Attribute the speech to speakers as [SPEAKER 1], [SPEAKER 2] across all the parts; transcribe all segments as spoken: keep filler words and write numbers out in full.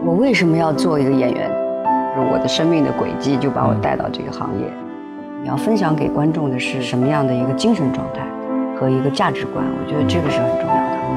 [SPEAKER 1] 我为什么要做一个演员？就是我的生命的轨迹就把我带到这个行业。你要分享给观众的是什么样的一个精神状态和一个价值观？我觉得这个是很重要的。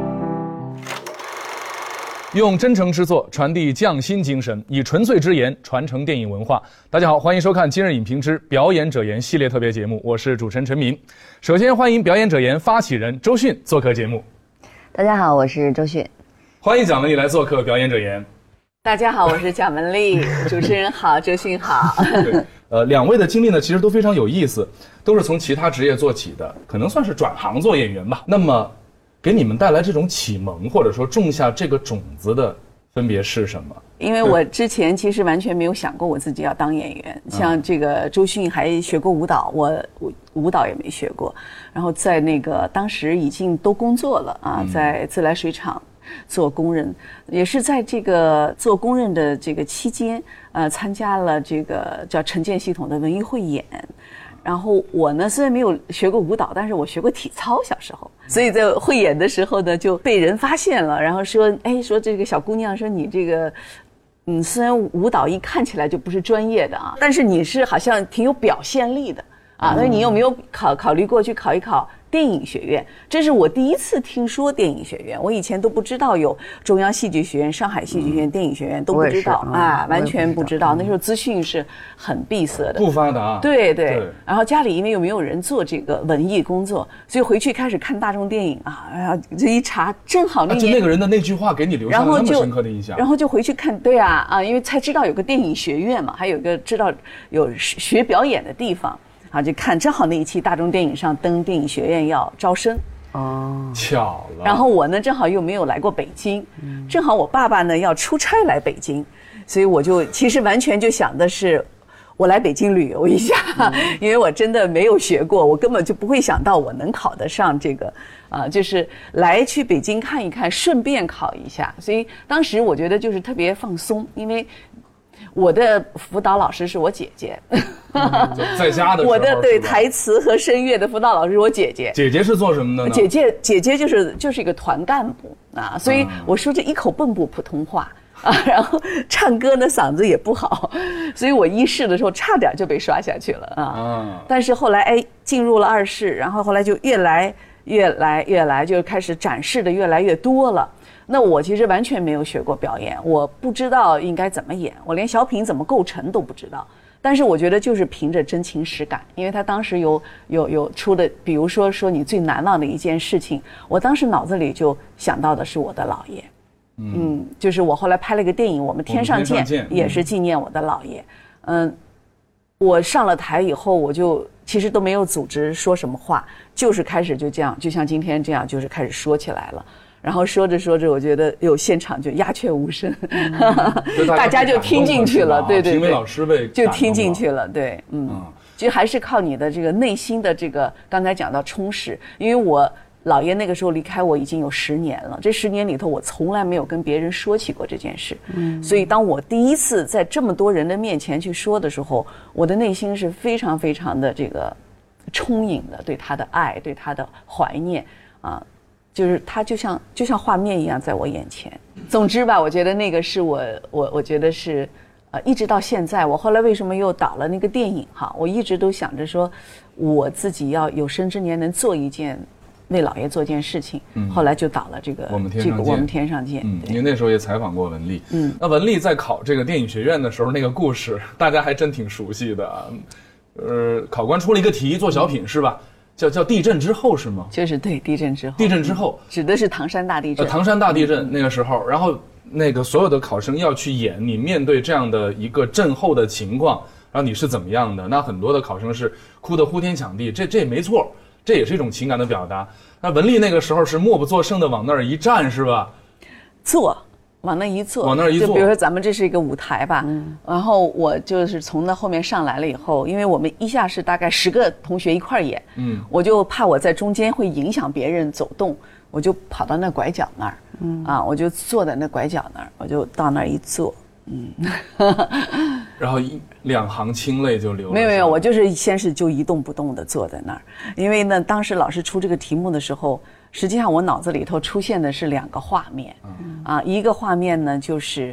[SPEAKER 2] 用真诚之作传递匠心精神，以纯粹之言传承电影文化。大家好，欢迎收看今日影评之表演者言系列特别节目，我是主持人陈明。首先欢迎表演者言发起人周迅做客节目。
[SPEAKER 1] 大家好，我是周迅。
[SPEAKER 2] 欢迎蒋雯丽来做客表演者言。
[SPEAKER 3] 大家好，我是蒋雯丽。主持人好，周迅好。
[SPEAKER 2] 对，呃，两位的经历呢，其实都非常有意思，都是从其他职业做起的，可能算是转行做演员吧。那么，给你们带来这种启蒙，或者说种下这个种子的，分别是什么？
[SPEAKER 3] 因为我之前其实完全没有想过我自己要当演员，像这个周迅还学过舞蹈，我舞蹈也没学过，然后在那个当时已经都工作了啊，在自来水厂做工人，也是在这个做工人的这个期间，呃，参加了这个叫陈建系统的文艺汇演。然后我呢，虽然没有学过舞蹈，但是我学过体操，小时候，所以在汇演的时候呢，就被人发现了，然后说，哎，说这个小姑娘，说你这个，嗯，虽然舞蹈一看起来就不是专业的啊，但是你是好像挺有表现力的啊，那你有没有考考虑过去考一考电影学院？这是我第一次听说电影学院，我以前都不知道有中央戏剧学院、上海戏剧学院、电影学院都不知道啊，完全不知道。那时候资讯是很闭塞的，
[SPEAKER 2] 不发达。
[SPEAKER 3] 对 对, 对。然后家里因为又没有人做这个文艺工作，所以回去开始看大众电影啊，然后这一查，正好那年、
[SPEAKER 2] 啊、就那个人的那句话给你留下了那么深刻的印象。
[SPEAKER 3] 然后就回去看，对啊啊，因为才知道有个电影学院嘛，还有一个知道有学表演的地方。啊，就看正好那一期大众电影上登电影学院要招生，
[SPEAKER 2] 哦，巧了。
[SPEAKER 3] 然后我呢正好又没有来过北京，嗯、正好我爸爸呢要出差来北京，所以我就其实完全就想的是，我来北京旅游一下，嗯、因为我真的没有学过，我根本就不会想到我能考得上这个，啊，就是来去北京看一看，顺便考一下。所以当时我觉得就是特别放松，因为我的辅导老师是我姐姐。
[SPEAKER 2] 在家的时候，
[SPEAKER 3] 我的对台词和声乐的辅导老师是我姐姐。
[SPEAKER 2] 姐姐是做什么的呢？
[SPEAKER 3] 姐姐姐姐就是就是一个团干部啊，所以我说这一口蚌埠普通话啊，然后唱歌呢嗓子也不好，所以我一试的时候差点就被刷下去了啊。啊但是后来哎进入了二试，然后后来就越来越来越来就开始展示的越来越多了。那我其实完全没有学过表演，我不知道应该怎么演，我连小品怎么构成都不知道。但是我觉得就是凭着真情实感，因为他当时有有有出的，比如说说你最难忘的一件事情，我当时脑子里就想到的是我的姥爷，嗯, 嗯，就是我后来拍了一个电影《我们天上见》，也是纪念我的姥爷。嗯，我上了台以后，我就其实都没有组织说什么话，就是开始就这样，就像今天这样，就是开始说起来了。然后说着说着，我觉得有现场就鸦雀无声，嗯、大家就听进去了，对对对，
[SPEAKER 2] 评委老师被
[SPEAKER 3] 就听进去了，对，嗯，嗯其实还是靠你的这个内心的这个，刚才讲到充实，因为我姥爷那个时候离开我已经有十年了，这十年里头我从来没有跟别人说起过这件事，嗯，所以当我第一次在这么多人的面前去说的时候，我的内心是非常非常的这个充盈的，对他的爱，对他的怀念啊。就是它就像就像画面一样在我眼前。总之吧，我觉得那个是我我我觉得是，呃，一直到现在，我后来为什么又导了那个电影哈？我一直都想着说，我自己要有生之年能做一件，为姥爷做件事情。嗯、后来就导了这个
[SPEAKER 2] 我们天上见。
[SPEAKER 3] 这个我们天上见。
[SPEAKER 2] 嗯，因为那时候也采访过文丽。嗯，那文丽在考这个电影学院的时候，那个故事大家还真挺熟悉的啊。呃，考官出了一个题，做小品是吧？叫叫地震之后是吗？
[SPEAKER 3] 就是对地震之后。
[SPEAKER 2] 地震之后，
[SPEAKER 3] 嗯、指的是唐山大地震。
[SPEAKER 2] 呃、唐山大地震那个时候，然后那个所有的考生要去演，你面对这样的一个震后的情况，然后你是怎么样的？那很多的考生是哭得呼天抢地，这这也没错，这也是一种情感的表达。那文丽那个时候是默不作声的往那儿一站是吧？
[SPEAKER 3] 坐。往那一坐，
[SPEAKER 2] 往那一坐，
[SPEAKER 3] 就比如说咱们这是一个舞台吧，嗯、然后我就是从那后面上来了以后，因为我们一下是大概十个同学一块演，嗯，我就怕我在中间会影响别人走动，我就跑到那拐角那儿，嗯啊，我就坐在那拐角那儿，我就到那儿一坐，嗯，
[SPEAKER 2] 然后一两行清泪就流了。
[SPEAKER 3] 没有没有，我就是先是就一动不动的坐在那儿，因为呢，当时老师出这个题目的时候。实际上我脑子里头出现的是两个画面，嗯、啊，一个画面呢就是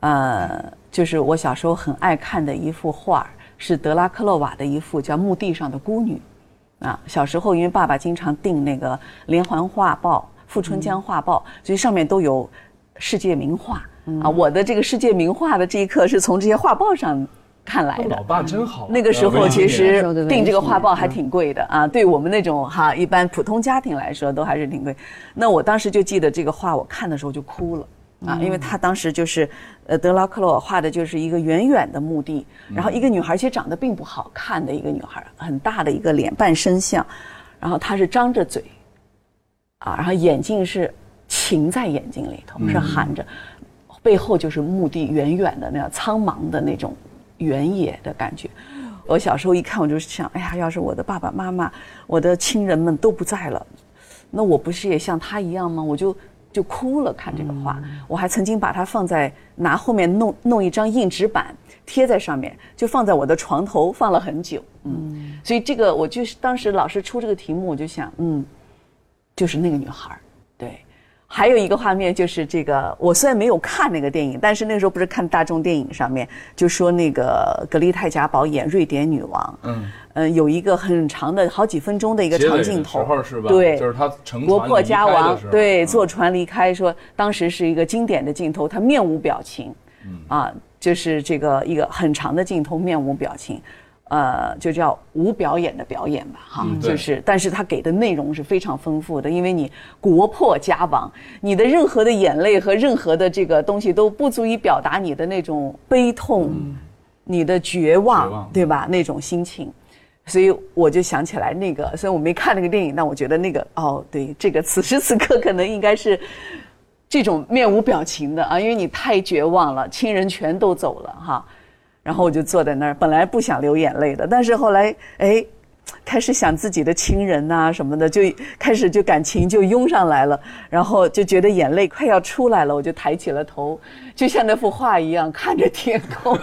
[SPEAKER 3] 呃，就是我小时候很爱看的一幅画，是德拉克洛瓦的一幅叫《墓地上的孤女》。啊，小时候因为爸爸经常订那个连环画报、富春江画报，所以上面都有世界名画。啊，我的这个世界名画的这一刻是从这些画报上看来的。
[SPEAKER 2] 老爸真好。
[SPEAKER 3] 那个时候其实订这个画报还挺贵的啊，对我们那种哈一般普通家庭来说都还是挺贵。那我当时就记得这个画，我看的时候就哭了啊，因为他当时就是呃德拉克洛瓦画的就是一个远远的墓地，然后一个女孩其实长得并不好看的一个女孩，很大的一个脸，半身像，然后她是张着嘴啊，然后眼睛是噙在眼睛里头，是含着。背后就是墓地远远的那样苍茫的那种原野的感觉。我小时候一看我就想，哎呀，要是我的爸爸妈妈我的亲人们都不在了，那我不是也像他一样吗？我就就哭了看这个画。嗯、我还曾经把它放在拿后面弄弄一张硬纸板贴在上面，就放在我的床头放了很久。嗯，所以这个我就是当时老师出这个题目我就想，嗯，就是那个女孩。对，还有一个画面就是这个，我虽然没有看那个电影，但是那时候不是看大众电影上面就说那个格丽泰贾宝演瑞典女王，嗯，呃，有一个很长的好几分钟的一个长镜头，
[SPEAKER 2] 是吧？
[SPEAKER 3] 对，
[SPEAKER 2] 就是他乘船
[SPEAKER 3] 国破家亡，对，
[SPEAKER 2] 嗯、
[SPEAKER 3] 坐船离开，说当时是一个经典的镜头，他面无表情，嗯啊，就是这个一个很长的镜头，面无表情。呃，就叫无表演的表演吧，哈，嗯、就是，但是他给的内容是非常丰富的，因为你国破家亡，你的任何的眼泪和任何的这个东西都不足以表达你的那种悲痛，嗯、你的绝望，绝望对吧？那种心情，所以我就想起来那个，虽然我没看那个电影，但我觉得那个，哦，对，这个此时此刻可能应该是这种面无表情的啊，因为你太绝望了，亲人全都走了，哈。然后我就坐在那儿，本来不想流眼泪的，但是后来，哎，开始想自己的亲人呐、啊、什么的，就开始就感情就涌上来了，然后就觉得眼泪快要出来了，我就抬起了头，就像那幅画一样看着天空。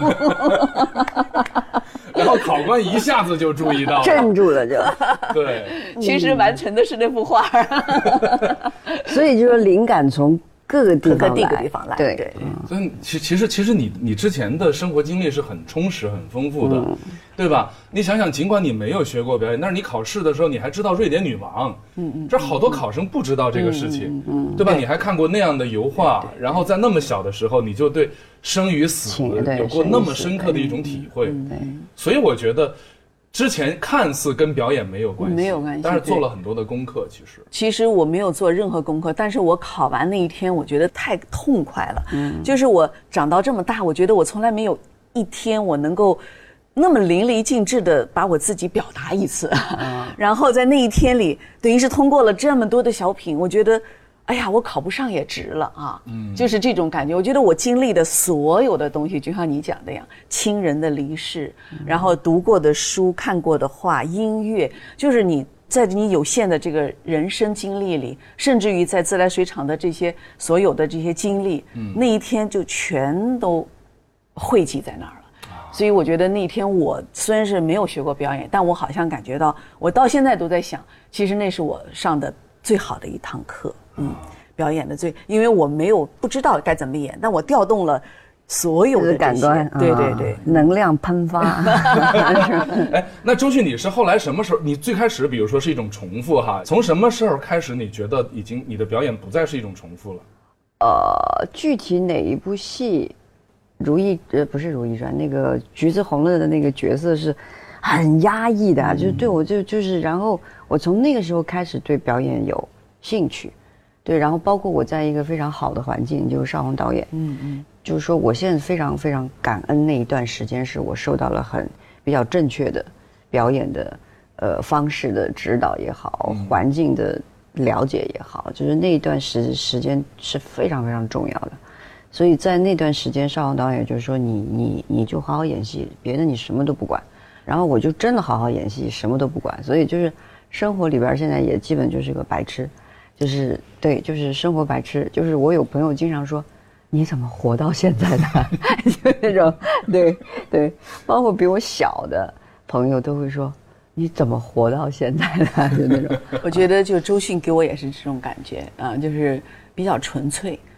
[SPEAKER 2] 然后考官一下子就注意到了，
[SPEAKER 1] 镇住了就。
[SPEAKER 2] 对，
[SPEAKER 3] 其实完成的是那幅画。
[SPEAKER 1] 所以就是灵感从各个地方来，
[SPEAKER 3] 各个地方来，对对。
[SPEAKER 2] 所以其其实其实你你之前的生活经历是很充实、很丰富的，嗯、对吧？你想想，尽管你没有学过表演，但是你考试的时候你还知道瑞典女王，嗯嗯，这好多考生不知道这个事情，嗯嗯，对吧？你还看过那样的油画，然后在那么小的时候你就对生与死有过那么深刻的一种体会，所以我觉得。之前看似跟表演没有关系，
[SPEAKER 3] 没有关系，
[SPEAKER 2] 但是做了很多的功课。其实，
[SPEAKER 3] 其实我没有做任何功课，但是我考完那一天，我觉得太痛快了。嗯，就是我长到这么大，我觉得我从来没有一天我能够那么淋漓尽致的把我自己表达一次。嗯、然后在那一天里，等于是通过了这么多的小品，我觉得。哎呀，我考不上也值了啊！嗯，就是这种感觉。我觉得我经历的所有的东西，就像你讲的样，亲人的离世，嗯、然后读过的书、看过的画、音乐，就是你在你有限的这个人生经历里，甚至于在自来水厂的这些所有的这些经历，嗯、那一天就全都汇集在那儿了。啊、所以我觉得那一天我虽然是没有学过表演，但我好像感觉到，我到现在都在想，其实那是我上的最好的一堂课。嗯，表演的最，因为我没有不知道该怎么演，但我调动了所有的
[SPEAKER 1] 感官，
[SPEAKER 3] 对对对，
[SPEAKER 1] 能量喷发。
[SPEAKER 2] 哎，那周迅，你是后来什么时候？你最开始，比如说是一种重复哈，从什么时候开始，你觉得已经你的表演不再是一种重复了？
[SPEAKER 1] 呃，具体哪一部戏，如懿呃不是《如懿传》，那个橘子红了的那个角色是很压抑的，嗯、就是对我就就是，然后我从那个时候开始对表演有兴趣。对，然后包括我在一个非常好的环境，就是邵宏导演，嗯嗯，就是说我现在非常非常感恩那一段时间，是我受到了很比较正确的表演的呃方式的指导也好，嗯、环境的了解也好，就是那一段时时间是非常非常重要的。所以在那段时间，邵宏导演就是说你你你就好好演戏，别的你什么都不管。然后我就真的好好演戏，什么都不管。所以就是生活里边现在也基本就是个白痴。就是对，就是生活白痴。就是我有朋友经常说，你怎么活到现在的？就那种，对对，包括比我小的朋友都会说，你怎么活到现在的？就那种。
[SPEAKER 3] 我觉得就周迅给我也是这种感觉啊，就是比较纯粹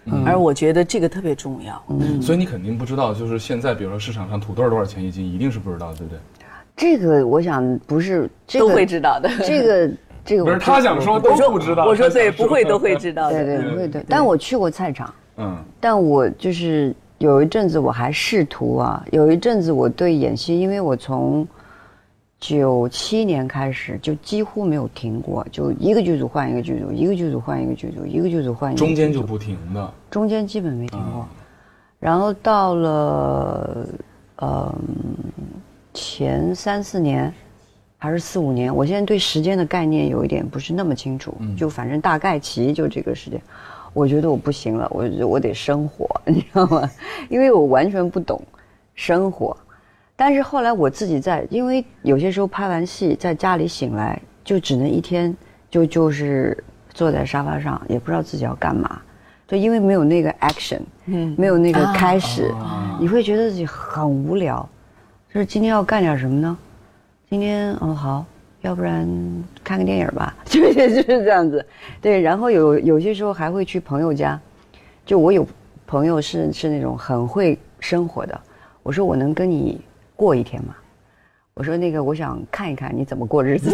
[SPEAKER 3] 嗯、而我觉得这个特别重要。
[SPEAKER 2] 嗯，所以你肯定不知道，就是现在比如说市场上土豆多少钱一斤，一定是不知道，对不对？
[SPEAKER 1] 这个我想不是、这个、
[SPEAKER 3] 都会知道的。
[SPEAKER 1] 这个这个
[SPEAKER 2] 不是他想说都不知道，
[SPEAKER 3] 我说对，不会都会知道的。
[SPEAKER 1] 对对不会对。但我去过菜场，
[SPEAKER 2] 嗯，
[SPEAKER 1] 但我就是有一阵子我还试图啊，有一阵子我对演戏，因为我从九七年开始就几乎没有停过，就一个剧组换一个剧组，一个剧组换一个剧组，一个剧组换一个剧组，
[SPEAKER 2] 中间就不停的，
[SPEAKER 1] 中间基本没停过。嗯、然后到了呃前三四年还是四五年，我现在对时间的概念有一点不是那么清楚，嗯、就反正大概其就这个时间，我觉得我不行了，我我得生活，你知道吗？因为我完全不懂生活。但是后来我自己在，因为有些时候拍完戏在家里醒来，就只能一天就就是坐在沙发上，也不知道自己要干嘛，就因为没有那个 action， 嗯，没有那个开始，啊、你会觉得自己很无聊。就是今天要干点什么呢？今天哦好，要不然看个电影吧，就是就是这样子。对，然后有有些时候还会去朋友家，就我有朋友是是那种很会生活的，我说我能跟你过一天吗？我说那个我想看一看你怎么过日子的。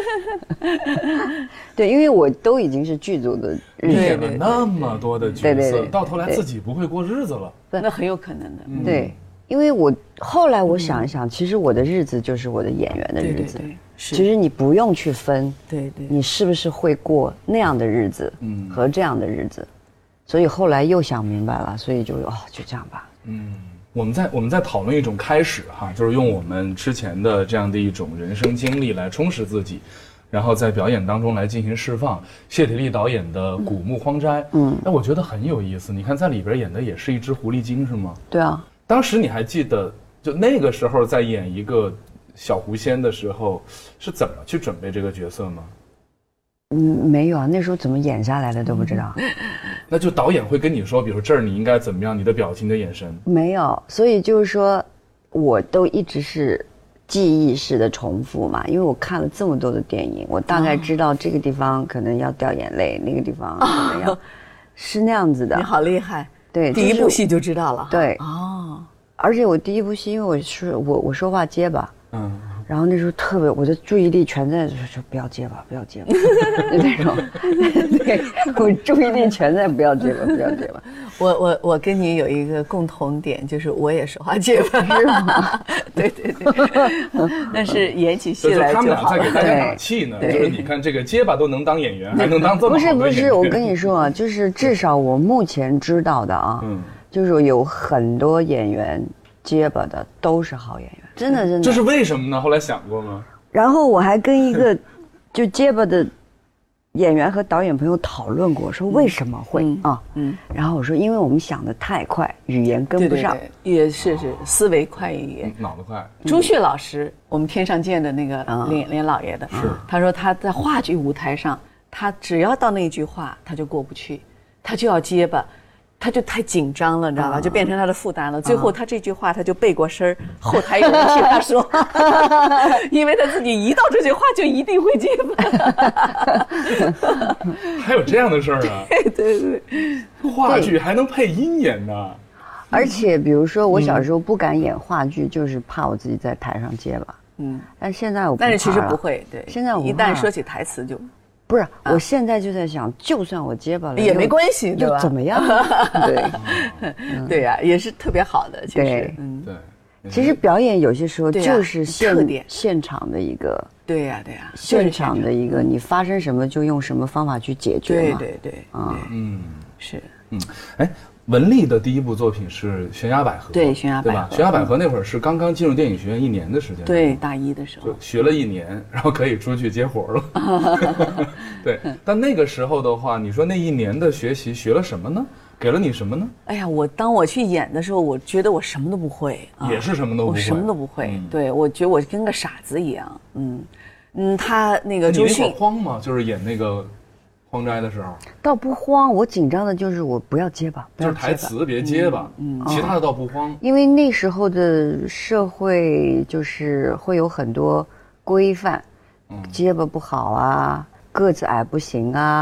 [SPEAKER 1] 对，因为我都已经是剧组的日子，
[SPEAKER 2] 演了那么多的角色，对对对，到头来自己不会过日子了，
[SPEAKER 3] 那很有可能的。
[SPEAKER 1] 嗯、对，因为我后来我想一想，嗯、其实我的日子就是我的演员的日子。对对对，其实你不用去分，对对，你是不是会过那样的日子，嗯，和这样的日子，所以后来又想明白了，所以就哦就这样吧，嗯。
[SPEAKER 2] 我们在我们在讨论一种开始哈，就是用我们之前的这样的一种人生经历来充实自己，然后在表演当中来进行释放。谢铁骊导演的《古墓荒斋》，嗯，哎，我觉得很有意思。你看在里边演的也是一只狐狸精是吗？
[SPEAKER 1] 对啊。
[SPEAKER 2] 当时你还记得，就那个时候在演一个小狐仙的时候，是怎么去准备这个角色吗？
[SPEAKER 1] 嗯，没有啊，那时候怎么演下来的都不知道。
[SPEAKER 2] 那就导演会跟你说，比如说这儿你应该怎么样，你的表情的眼神。
[SPEAKER 1] 没有，所以就是说，我都一直是记忆式的重复嘛，因为我看了这么多的电影，我大概知道这个地方可能要掉眼泪，那个地方可能要，是那样子的。
[SPEAKER 3] 你好厉害，
[SPEAKER 1] 对，
[SPEAKER 3] 第一部戏就知道了。
[SPEAKER 1] 对，哦，而且我第一部戏，因为我是我我说话结巴，嗯。然后那时候特别，我的注意力全在说不要结巴，不要结巴，那种，对，我注意力全在不要结巴，不要结巴。
[SPEAKER 3] 我我我跟你有一个共同点，就是我也说话结巴，是吗？对对对。但是演起戏来就好。
[SPEAKER 2] 他们俩在给大家打气呢，就是你看这个结巴都能当演员，还能当这么好的演员。
[SPEAKER 1] 不是不是，我跟你说啊，就是至少我目前知道的啊，嗯，就是有很多演员结巴的都是好演员。真的真的，
[SPEAKER 2] 这是为什么呢？后来想过吗？
[SPEAKER 1] 然后我还跟一个就结巴的演员和导演朋友讨论过，说为什么会、嗯、啊？嗯，然后我说，因为我们想得太快，语言跟不上，对对
[SPEAKER 3] 对，也是是思维快一点，
[SPEAKER 2] 脑子快。
[SPEAKER 3] 朱旭老师，我们天上见的那个连连老爷的，是他说他在话剧舞台上，他只要到那句话他就过不去，他就要结巴。他就太紧张了，你知道吧？就变成他的负担了。最后他这句话他就背过身儿，后台有人替他说，因为他自己一到这句话就一定会结巴。
[SPEAKER 2] 还有这样的事儿啊？
[SPEAKER 3] 对对对，
[SPEAKER 2] 话剧还能配音演呢。
[SPEAKER 1] 而且比如说我小时候不敢演话剧，就是怕我自己在台上结巴。嗯，但现在我不怕了。
[SPEAKER 3] 但是其实不会，对。
[SPEAKER 1] 现在我
[SPEAKER 3] 一旦说起台词就。
[SPEAKER 1] 不是，啊、我现在就在想，就算我结巴了
[SPEAKER 3] 也没关系，对吧？
[SPEAKER 1] 又怎么样？对，
[SPEAKER 3] 嗯、对呀、啊，也是特别好的。其实，
[SPEAKER 1] 对，
[SPEAKER 3] 嗯，
[SPEAKER 2] 对。
[SPEAKER 1] 其实表演有些时候就是现、啊、现场的一个，
[SPEAKER 3] 对呀、啊，对呀、啊，
[SPEAKER 1] 现场的一个，你发生什么就用什么方法去解决嘛。
[SPEAKER 3] 对对对，
[SPEAKER 1] 啊，
[SPEAKER 2] 嗯，
[SPEAKER 3] 是，
[SPEAKER 2] 嗯，哎。文丽的第一部作品是《悬崖百合》，
[SPEAKER 3] 对，悬崖百合，
[SPEAKER 2] 对吧？悬崖百合那会儿是刚刚进入电影学院一年的时间，
[SPEAKER 3] 对，大一的时候
[SPEAKER 2] 就学了一年，然后可以出去接活了。对，但那个时候的话，你说那一年的学习学了什么呢？给了你什么呢？
[SPEAKER 3] 哎呀，我当我去演的时候，我觉得我什么都不会，
[SPEAKER 2] 啊、也是什么都不会，
[SPEAKER 3] 我什么都不会。嗯、对，我觉得我跟个傻子一样。嗯嗯，他那个周迅，
[SPEAKER 2] 你那会儿慌吗？就是演那个。荒斋的时候
[SPEAKER 1] 倒不慌，我紧张的就是我不要结巴，
[SPEAKER 2] 就是台词别结巴，嗯，其他的倒不慌。
[SPEAKER 1] 因为那时候的社会就是会有很多规范，嗯，结巴不好啊，个子矮不行啊，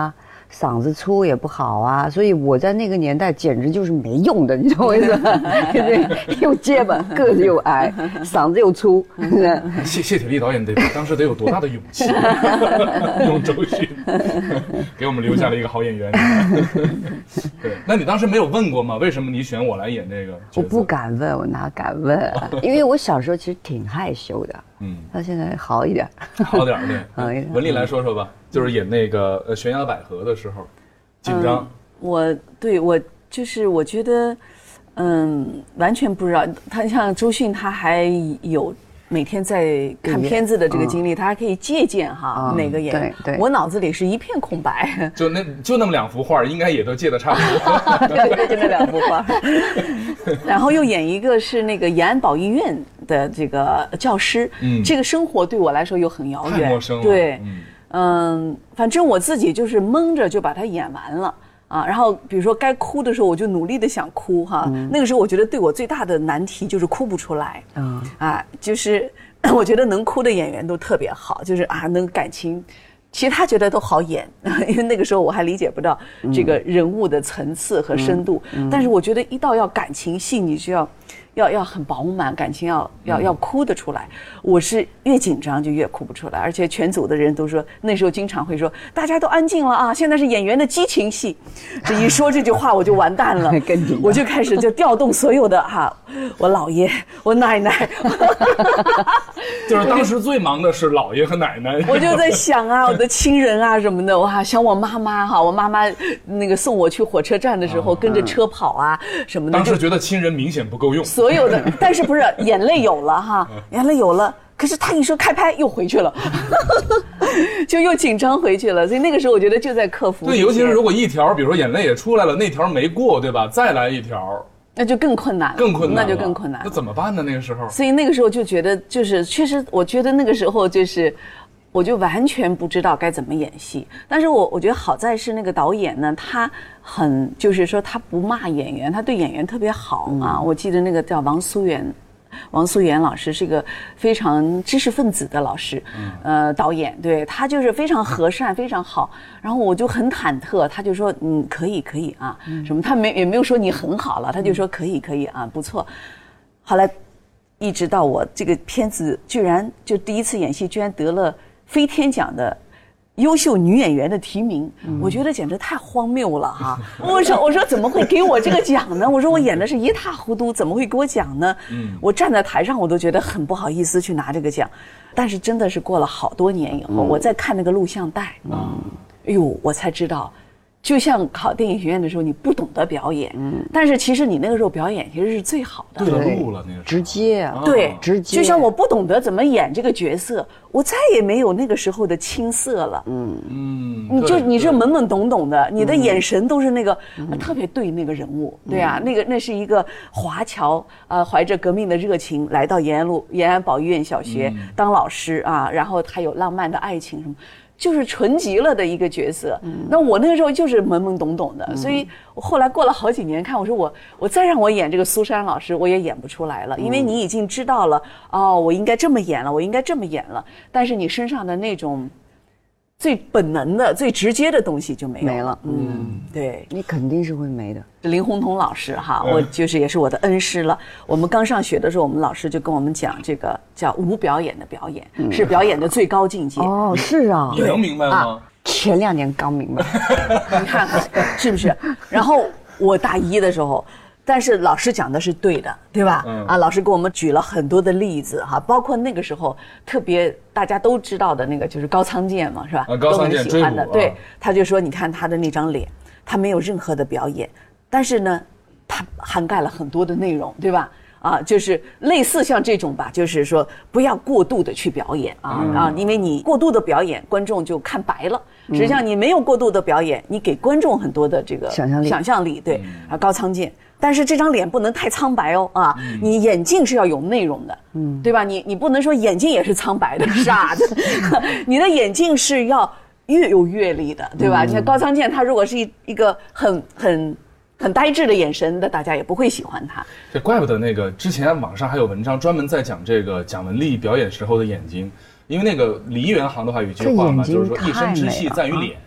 [SPEAKER 1] 嗓子粗也不好啊，所以我在那个年代简直就是没用的，你懂我意思吗？又结巴，个子又矮，嗓子又粗。
[SPEAKER 2] 谢谢铁骊导演得当时得有多大的勇气，用周迅给我们留下了一个好演员。对，那你当时没有问过吗？为什么你选我来演这个角色？
[SPEAKER 1] 我不敢问，我哪敢问啊？因为我小时候其实挺害羞的，嗯，到现在好一点，
[SPEAKER 2] 好点对。
[SPEAKER 1] 好一点。
[SPEAKER 2] 文丽来说说吧，就是演那个呃悬崖百合的时候，紧张。
[SPEAKER 3] 嗯、我对我就是我觉得，嗯，完全不知道。他像周迅，他还有每天在看片子的这个经历，他还可以借鉴哈哪个演员。
[SPEAKER 1] 对对，
[SPEAKER 3] 我脑子里是一片空白。
[SPEAKER 2] 就那就那么两幅画，应该也都借的差不多。
[SPEAKER 3] 对，就那两幅画。然后又演一个是那个延安保育院的这个教师，嗯，这个生活对我来说又很遥远，
[SPEAKER 2] 太陌生了。
[SPEAKER 3] 对，嗯，嗯，反正我自己就是蒙着就把它演完了。啊，然后比如说该哭的时候，我就努力的想哭哈。嗯、那个时候，我觉得对我最大的难题就是哭不出来。嗯，啊，就是我觉得能哭的演员都特别好，就是啊，能感情，其他觉得都好演，因为那个时候我还理解不到这个人物的层次和深度。嗯嗯、但是我觉得一到要感情戏，你就要。要要很饱满，感情要要要哭得出来。我是越紧张就越哭不出来，而且全组的人都说，那时候经常会说，大家都安静了啊，现在是演员的激情戏。这一说这句话我就完蛋了，我就开始就调动所有的哈、啊，我姥爷，我奶奶，
[SPEAKER 2] 就是当时最忙的是姥爷和奶奶。
[SPEAKER 3] 我就在想啊，我的亲人啊什么的，哇，想我妈妈哈，我妈妈那个送我去火车站的时候，跟着车跑啊什么的。
[SPEAKER 2] 当时觉得亲人明显不够用。
[SPEAKER 3] 所有的，但是不是眼泪有了哈，眼泪有了，可是他一说开拍又回去了，就又紧张回去了。所以那个时候我觉得就在克服。
[SPEAKER 2] 对，尤其是如果一条，比如说眼泪也出来了，那条没过，对吧？再来一条，
[SPEAKER 3] 那就更困难了，
[SPEAKER 2] 更困难，
[SPEAKER 3] 那就更困难。
[SPEAKER 2] 那怎么办呢？那个时候，
[SPEAKER 3] 所以那个时候就觉得，就是确实，我觉得那个时候就是。我就完全不知道该怎么演戏，但是我我觉得好在是那个导演呢，他很就是说他不骂演员，他对演员特别好啊。我记得那个叫王苏媛，王苏媛老师是一个非常知识分子的老师，呃，导演，对他就是非常和善，非常好。然后我就很忐忑，他就说嗯可以可以啊，什么他没也没有说你很好了，他就说可以可以啊，不错。后来一直到我这个片子居然就第一次演戏，居然得了飞天奖的优秀女演员的提名，嗯、我觉得简直太荒谬了哈！我说我说怎么会给我这个奖呢？我说我演的是一塌糊涂，怎么会给我奖呢？嗯，我站在台上我都觉得很不好意思去拿这个奖，但是真的是过了好多年以后，嗯、我再看那个录像带，嗯，哎呦，我才知道。就像考电影学院的时候，你不懂得表演，嗯，但是其实你那个时候表演其实是最好的，
[SPEAKER 2] 对路了那个
[SPEAKER 1] 直接啊，
[SPEAKER 3] 对，
[SPEAKER 1] 直接。
[SPEAKER 3] 就像我不懂得怎么演这个角色，我再也没有那个时候的青涩了，嗯嗯，你就你是懵懵懂懂的，你的眼神都是那个、嗯呃、特别对那个人物，对啊，嗯、那个那是一个华侨，呃，怀着革命的热情来到延安路延安保育院小学、嗯、当老师啊，然后还有浪漫的爱情什么。就是纯极了的一个角色，嗯、那我那个时候就是懵懵懂懂的，嗯、所以我后来过了好几年看，我说我我再让我演这个苏珊老师，我也演不出来了，嗯、因为你已经知道了，哦，我应该这么演了，我应该这么演了，但是你身上的那种最本能的、最直接的东西就没有了。
[SPEAKER 1] 没了，
[SPEAKER 3] 嗯，对，
[SPEAKER 1] 你肯定是会没的。
[SPEAKER 3] 林洪彤老师哈，我就是也是我的恩师了。我们刚上学的时候，我们老师就跟我们讲，这个叫无表演的表演，嗯、是表演的最高境界。
[SPEAKER 1] 哦，是啊，
[SPEAKER 2] 你能明白吗？
[SPEAKER 1] 啊、前两年刚明白，
[SPEAKER 3] 你看看是不是？然后我大一的时候。但是老师讲的是对的，对吧？嗯、啊，老师给我们举了很多的例子哈，包括那个时候特别大家都知道的那个就是高仓健嘛，是吧？
[SPEAKER 2] 啊、高仓健
[SPEAKER 3] 都很喜欢的，
[SPEAKER 2] 追捕
[SPEAKER 3] 对，他就说你看他的那张脸，他没有任何的表演，但是呢，他涵盖了很多的内容，对吧？啊，就是类似像这种吧，就是说不要过度的去表演啊、嗯、啊，因为你过度的表演，观众就看白了。实际上你没有过度的表演，你给观众很多的这个
[SPEAKER 1] 想象力，
[SPEAKER 3] 想象力对啊，高仓健。但是这张脸不能太苍白哦啊！嗯、你眼镜是要有内容的，嗯，对吧？你你不能说眼睛也是苍白的，傻的。你的眼镜是要越有阅历的，对吧？嗯、你看高仓健，他如果是一一个很很很呆滞的眼神，那大家也不会喜欢他。
[SPEAKER 2] 这怪不得那个之前网上还有文章专门在讲这个蒋雯丽表演时候的眼睛，因为那个梨园行的话有一句话嘛，就是说一身之戏在于脸。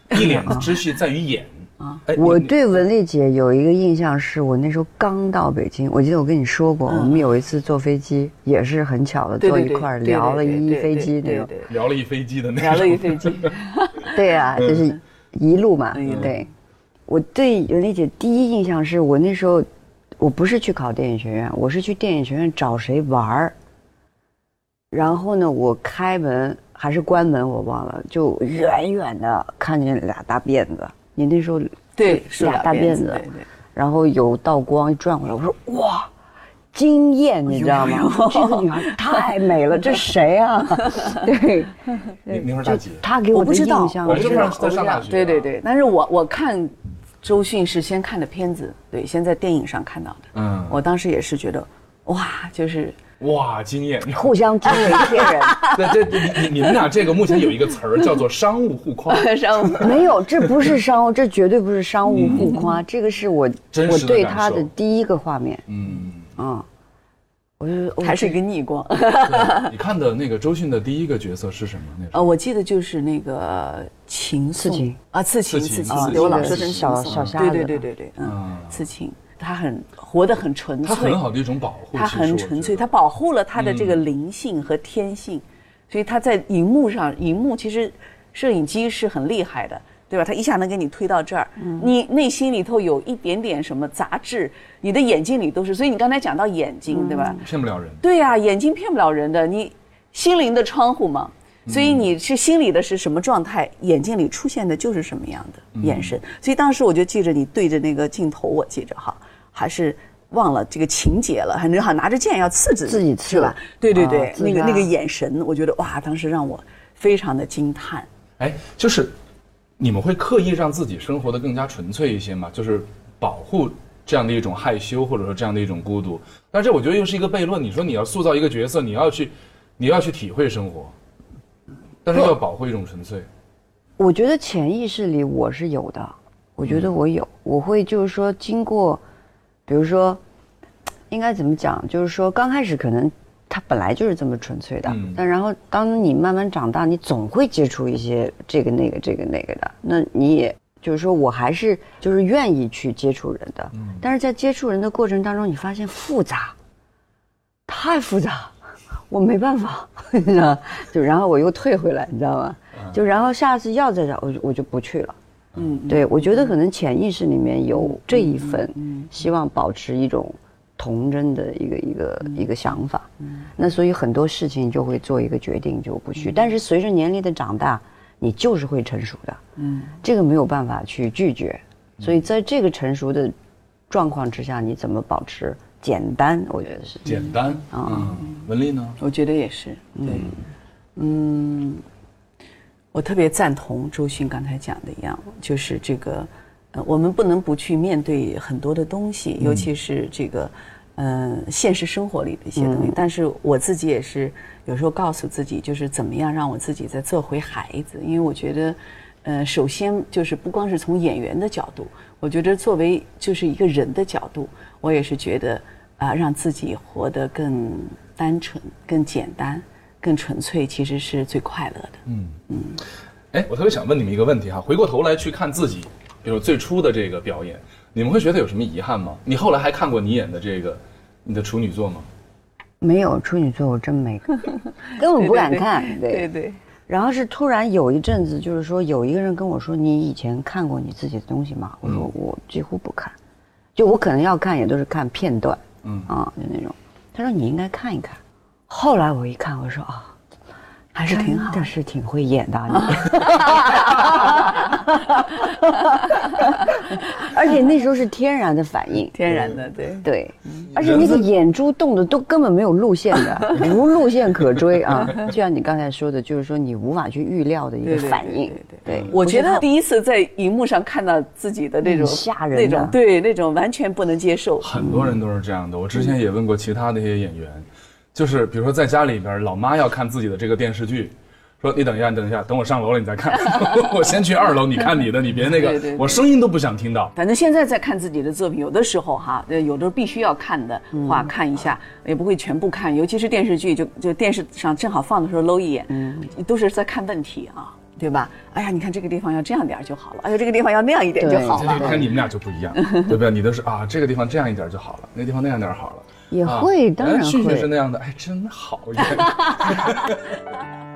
[SPEAKER 2] 一脸之戏在于演。
[SPEAKER 1] 啊，我对文丽姐有一个印象，是我那时候刚到北京，我记得我跟你说过，我们有一次坐飞机，也是很巧的坐一块儿聊了一飞机那种，
[SPEAKER 2] 聊了一飞机的那种，
[SPEAKER 3] 聊了一飞机，
[SPEAKER 1] 对啊，就是一路嘛，对。我对文丽姐第一印象是我那时候，我不是去考电影学院，我是去电影学院找谁玩儿。然后呢，我开门还是关门我忘了，就远远的看见俩大辫子。你那时候
[SPEAKER 3] 对
[SPEAKER 1] 俩大辫子，
[SPEAKER 3] 对对，
[SPEAKER 1] 然后有道光一转过来，我说哇，惊艳，你知道吗？这个女孩太美了，这谁啊？对，
[SPEAKER 2] 那那会儿大几？
[SPEAKER 1] 她给我的印象，
[SPEAKER 2] 我就在上大学。
[SPEAKER 3] 对对对，但是我我看周迅是先看的片子，对，先在电影上看到的。嗯，我当时也是觉得，哇，就是。
[SPEAKER 2] 哇，惊艳！
[SPEAKER 1] 互相惊为天人。
[SPEAKER 2] 对对，你你你们俩这个目前有一个词儿叫做商务互夸。
[SPEAKER 3] 商务
[SPEAKER 1] 没有，这不是商务，这绝对不是商务互夸，嗯、这个是我我对他的第一个画面。嗯啊，我就
[SPEAKER 3] 还是一个逆光。
[SPEAKER 2] 你看的那个周迅的第一个角色是什么？那
[SPEAKER 3] 呃，我记得就是那个情
[SPEAKER 1] 刺青
[SPEAKER 3] 啊，刺青刺青，
[SPEAKER 1] 对我老说成小小瞎子。
[SPEAKER 3] 对对对对对，嗯，刺青。他很活得很纯粹，
[SPEAKER 2] 他很好的一种保护，
[SPEAKER 3] 他很纯粹，他保护了他的这个灵性和天性，嗯、所以他在荧幕上，荧幕其实摄影机是很厉害的，对吧？他一下能给你推到这儿，嗯、你内心里头有一点点什么杂质，你的眼睛里都是。所以你刚才讲到眼睛，嗯、对吧？
[SPEAKER 2] 骗不了人。
[SPEAKER 3] 对呀、啊，眼睛骗不了人的，你心灵的窗户嘛。所以你是心里的是什么状态，眼睛里出现的就是什么样的眼神。嗯、所以当时我就记着你对着那个镜头，我记着哈，还是忘了这个情节了，还好拿着剑要刺自己，
[SPEAKER 1] 自己刺吧？
[SPEAKER 3] 对对对，啊、那个那个眼神，我觉得哇，当时让我非常的惊叹。
[SPEAKER 2] 哎，就是你们会刻意让自己生活的更加纯粹一些吗？就是保护这样的一种害羞，或者说这样的一种孤独。但这我觉得又是一个悖论。你说你要塑造一个角色，你要去，你要去体会生活。但是要保护一种纯粹，
[SPEAKER 1] 我觉得潜意识里我是有的，我觉得我有，嗯、我会就是说经过，比如说，应该怎么讲？就是说刚开始可能他本来就是这么纯粹的，嗯、但然后当你慢慢长大，你总会接触一些这个那个这个那个的，那你也就是说我还是就是愿意去接触人的，嗯、但是在接触人的过程当中，你发现复杂，太复杂。我没办法，你知道，就然后我又退回来，你知道吗？就然后下次要再找，我就我就不去了。嗯，对，我觉得可能潜意识里面有这一份，希望保持一种童真的一个一个一个想法。嗯，那所以很多事情就会做一个决定就不去，但是随着年龄的长大，你就是会成熟的。嗯，这个没有办法去拒绝，所以在这个成熟的状况之下，你怎么保持？简单，我觉得是
[SPEAKER 2] 简单啊。嗯，文丽呢？
[SPEAKER 3] 我觉得也是。对，嗯，我特别赞同周迅刚才讲的一样，就是这个，呃，我们不能不去面对很多的东西，尤其是这个，嗯、呃，现实生活里的一些东西。嗯、但是我自己也是有时候告诉自己，就是怎么样让我自己再做回孩子，因为我觉得，呃，首先就是不光是从演员的角度，我觉得作为就是一个人的角度。我也是觉得啊、呃，让自己活得更单纯、更简单、更纯粹，其实是最快乐的。嗯嗯。
[SPEAKER 2] 哎，我特别想问你们一个问题哈，回过头来去看自己，比如最初的这个表演，你们会觉得有什么遗憾吗？你后来还看过你演的这个你的处女作吗？
[SPEAKER 1] 没有，处女作我真没看，根本不敢看。
[SPEAKER 3] 对 对, 对, 对, 对。
[SPEAKER 1] 然后是突然有一阵子，就是说有一个人跟我说：“你以前看过你自己的东西吗？”我说：“我几乎不看。”就我可能要看，也都是看片段，嗯啊，就那种。他说你应该看一看。后来我一看，我说啊，还是挺好，但是挺会演的、啊、你。而且那时候是天然的反应，
[SPEAKER 3] 天然的，对
[SPEAKER 1] 对。而且那个眼珠动的都根本没有路线的，无路线可追啊。就像你刚才说的，就是说你无法去预料的一个反应。对, 对, 对, 对，
[SPEAKER 3] 我觉得第一次在荧幕上看到自己的那种
[SPEAKER 1] 吓人，
[SPEAKER 3] 那种对那种完全不能接受。
[SPEAKER 2] 很多人都是这样的。我之前也问过其他的一些演员，就是比如说在家里边，老妈要看自己的这个电视剧。说你等一下，你等一下，等我上楼了你再看。我先去二楼，你看你的，你别那个，对对对，我声音都不想听到。
[SPEAKER 3] 反正现在在看自己的作品，有的时候哈，有的必须要看的话、嗯、看一下，也不会全部看。尤其是电视剧，就就电视上正好放的时候搂一眼，嗯，都是在看问题啊。 对吧？哎呀，你看这个地方要这样点就好了，哎呀，这个地方要那样一点就好了。
[SPEAKER 2] 看你们俩就不一样，对不对？你都是啊，这个地方这样一点就好了，那个地方那样点好了。
[SPEAKER 1] 也会，
[SPEAKER 2] 啊、
[SPEAKER 1] 当然会。
[SPEAKER 2] 旭旭是那样的，哎，真好。